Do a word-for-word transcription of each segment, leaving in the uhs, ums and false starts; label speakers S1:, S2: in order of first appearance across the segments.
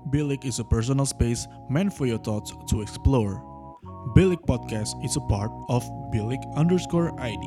S1: Bilik is a personal space meant for your thoughts to explore. Bilik Podcast is a part of Bilik underscore I D.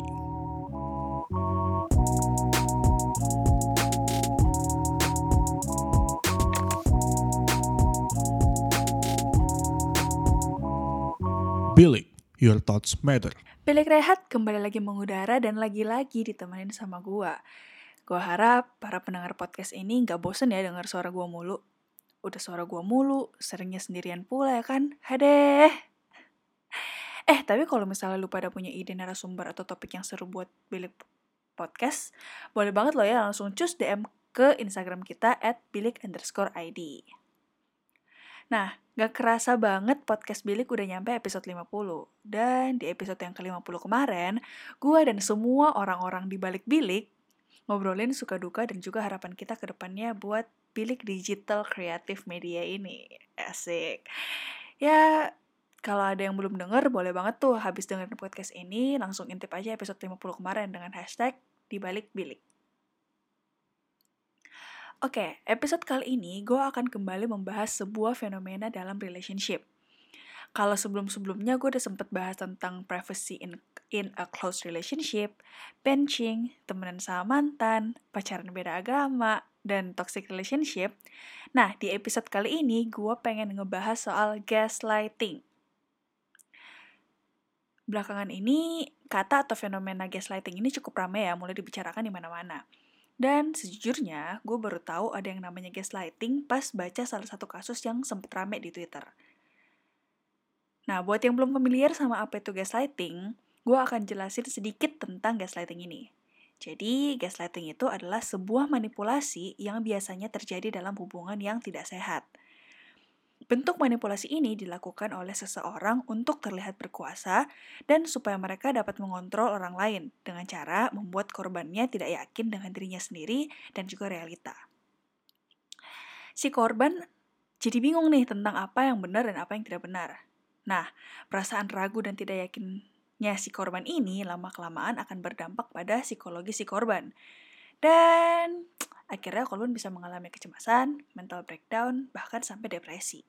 S1: Bilik, your thoughts matter.
S2: Bilik Rehat kembali lagi mengudara dan lagi-lagi ditemenin sama gua. Gua harap para pendengar podcast ini gak bosen ya denger suara gua mulu. Udah suara gua mulu, seringnya sendirian pula ya kan? Hadeh. Eh, tapi kalau misalnya lu pada punya ide narasumber atau topik yang seru buat Bilik Podcast, boleh banget lo ya langsung cus D M ke Instagram kita at bilik underscore I D. Nah, gak kerasa banget podcast Bilik udah nyampe episode lima puluh. Dan di episode yang ke lima puluh kemarin, gue dan semua orang-orang di balik Bilik ngobrolin suka duka dan juga harapan kita ke depannya buat Bilik Digital Creative Media ini. Asik. Ya, kalau ada yang belum denger, boleh banget tuh habis dengerin podcast ini, langsung intip aja episode lima puluh kemarin dengan hashtag dibalik bilik. Oke, episode kali ini gue akan kembali membahas sebuah fenomena dalam relationship. Kalau sebelum-sebelumnya gue udah sempet bahas tentang privacy in, in a close relationship, benching, temenan sama mantan, pacaran beda agama, dan toxic relationship. Nah, di episode kali ini gue pengen ngebahas soal gaslighting. Belakangan ini, kata atau fenomena gaslighting ini cukup ramai ya, mulai dibicarakan di mana-mana. Dan sejujurnya, gue baru tahu ada yang namanya gaslighting pas baca salah satu kasus yang sempet rame di Twitter. Nah, buat yang belum familiar sama apa itu gaslighting, gue akan jelasin sedikit tentang gaslighting ini. Jadi, gaslighting itu adalah sebuah manipulasi yang biasanya terjadi dalam hubungan yang tidak sehat. Bentuk manipulasi ini dilakukan oleh seseorang untuk terlihat berkuasa dan supaya mereka dapat mengontrol orang lain dengan cara membuat korbannya tidak yakin dengan dirinya sendiri dan juga realita. Si korban jadi bingung nih tentang apa yang benar dan apa yang tidak benar. Nah, perasaan ragu dan tidak yakinnya si korban ini lama-kelamaan akan berdampak pada psikologi si korban. Dan akhirnya korban bisa mengalami kecemasan, mental breakdown, bahkan sampai depresi.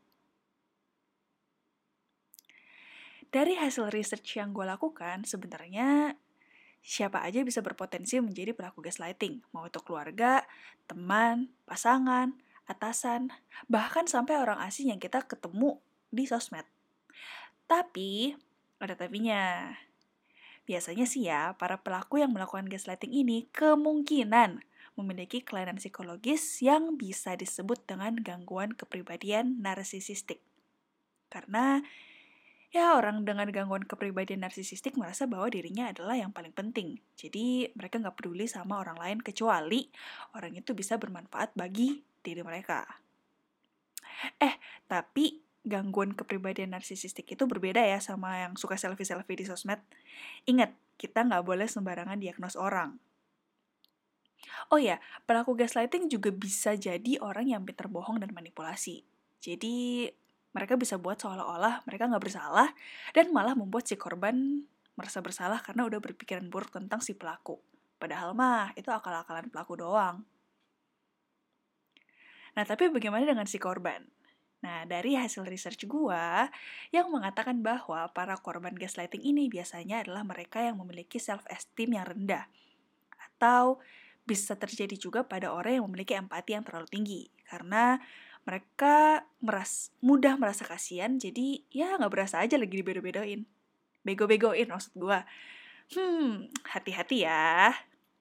S2: Dari hasil research yang gue lakukan, sebenarnya siapa aja bisa berpotensi menjadi pelaku gaslighting, mau itu keluarga, teman, pasangan, atasan, bahkan sampai orang asing yang kita ketemu di sosmed. Tapi, ada tapinya. Biasanya sih ya, para pelaku yang melakukan gaslighting ini kemungkinan memiliki kelainan psikologis yang bisa disebut dengan gangguan kepribadian narsisistik. Karena ya, orang dengan gangguan kepribadian narsisistik merasa bahwa dirinya adalah yang paling penting. Jadi, mereka nggak peduli sama orang lain kecuali orang itu bisa bermanfaat bagi diri mereka. Eh, tapi gangguan kepribadian narsisistik itu berbeda ya sama yang suka selfie-selfie di sosmed. Ingat, kita nggak boleh sembarangan diagnos orang. Oh ya, pelaku gaslighting juga bisa jadi orang yang pintar bohong dan manipulasi. Jadi, mereka bisa buat seolah-olah mereka nggak bersalah dan malah membuat si korban merasa bersalah karena udah berpikiran buruk tentang si pelaku. Padahal mah itu akal-akalan pelaku doang. Nah, tapi bagaimana dengan si korban? Nah, dari hasil research gua yang mengatakan bahwa para korban gaslighting ini biasanya adalah mereka yang memiliki self-esteem yang rendah. Atau bisa terjadi juga pada orang yang memiliki empati yang terlalu tinggi. Karena mereka meras, mudah merasa kasihan, jadi ya gak berasa aja lagi dibedo-bedoin. Bego-begoin maksud gue. Hmm, hati-hati ya.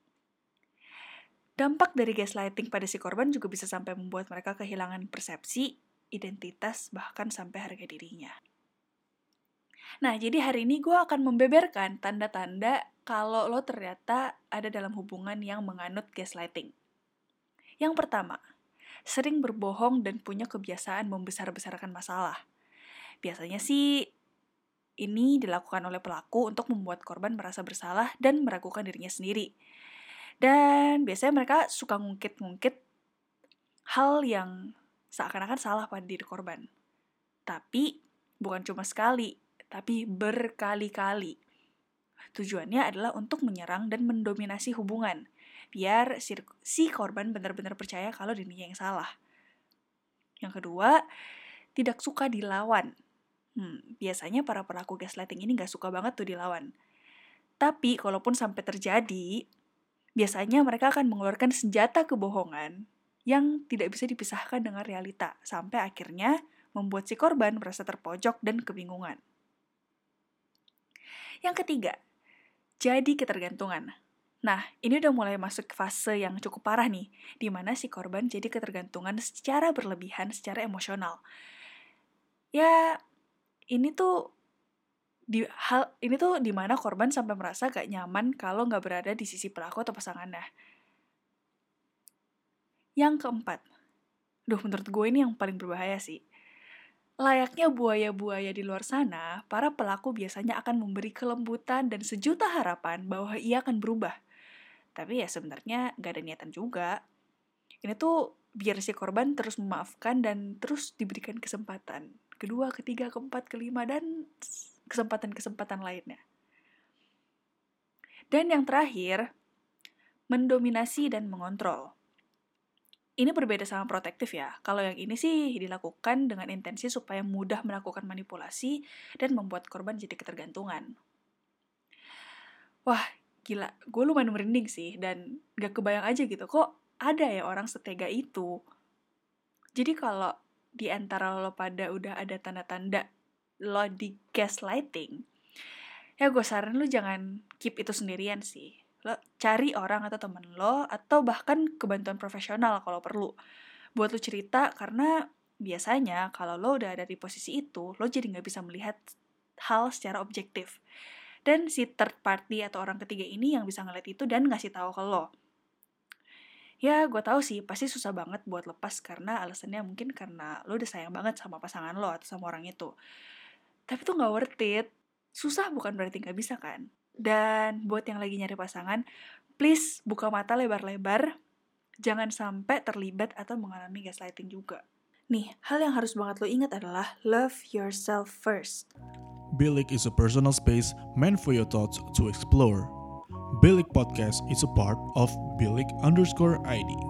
S2: Dampak dari gaslighting pada si korban juga bisa sampai membuat mereka kehilangan persepsi, identitas, bahkan sampai harga dirinya. Nah, jadi hari ini gue akan membeberkan tanda-tanda kalau lo ternyata ada dalam hubungan yang menganut gaslighting. Yang pertama, sering berbohong dan punya kebiasaan membesar-besarkan masalah. Biasanya sih ini dilakukan oleh pelaku untuk membuat korban merasa bersalah dan meragukan dirinya sendiri. Dan biasanya mereka suka ngungkit-ngungkit hal yang seakan-akan salah pada diri korban. Tapi bukan cuma sekali, tapi berkali-kali. Tujuannya adalah untuk menyerang dan mendominasi hubungan, biar si, si korban benar-benar percaya kalau dirinya yang salah. Yang kedua, tidak suka dilawan. Hmm, biasanya para pelaku gaslighting ini gak suka banget tuh dilawan. Tapi kalaupun sampai terjadi, biasanya mereka akan mengeluarkan senjata kebohongan yang tidak bisa dipisahkan dengan realita, sampai akhirnya membuat si korban merasa terpojok dan kebingungan. Yang ketiga, jadi ketergantungan. Nah, ini udah mulai masuk ke fase yang cukup parah nih, di mana si korban jadi ketergantungan secara berlebihan, secara emosional. Ya, ini tuh di hal ini tuh di mana korban sampai merasa gak nyaman kalau nggak berada di sisi pelaku atau pasangannya. Yang keempat, duh menurut gue ini yang paling berbahaya sih. Layaknya buaya-buaya di luar sana, para pelaku biasanya akan memberi kelembutan dan sejuta harapan bahwa ia akan berubah. Tapi ya sebenarnya gak ada niatan juga. Ini tuh biar si korban terus memaafkan dan terus diberikan kesempatan. Kedua, ketiga, keempat, kelima, dan kesempatan-kesempatan lainnya. Dan yang terakhir, mendominasi dan mengontrol. Ini berbeda sama protektif ya. Kalau yang ini sih dilakukan dengan intensi supaya mudah melakukan manipulasi dan membuat korban jadi ketergantungan. Wah, gila. Gue lumayan merinding sih dan gak kebayang aja gitu. Kok ada ya orang setega itu? Jadi kalau di antara lo pada udah ada tanda-tanda lo di gaslighting, ya gue saran lo jangan keep itu sendirian sih. Lo cari orang atau temen lo, atau bahkan kebantuan profesional kalau perlu. Buat lo cerita, karena biasanya kalau lo udah ada di posisi itu, lo jadi gak bisa melihat hal secara objektif. Dan si third party atau orang ketiga ini yang bisa ngeliat itu dan ngasih tahu ke lo. Ya gue tahu sih pasti susah banget buat lepas karena alasannya mungkin karena lo udah sayang banget sama pasangan lo atau sama orang itu. Tapi tuh gak worth it. Susah bukan berarti gak bisa kan? Dan buat yang lagi nyari pasangan, please buka mata lebar-lebar. Jangan sampai terlibat atau mengalami gaslighting juga. Nih, hal yang harus banget lo ingat adalah love yourself first.
S1: Bilik is a personal space meant for your thoughts to explore. Bilik Podcast is a part of Bilik underscore I D.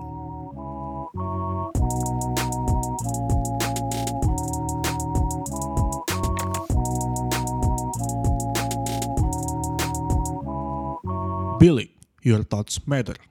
S1: Bilik, your thoughts matter.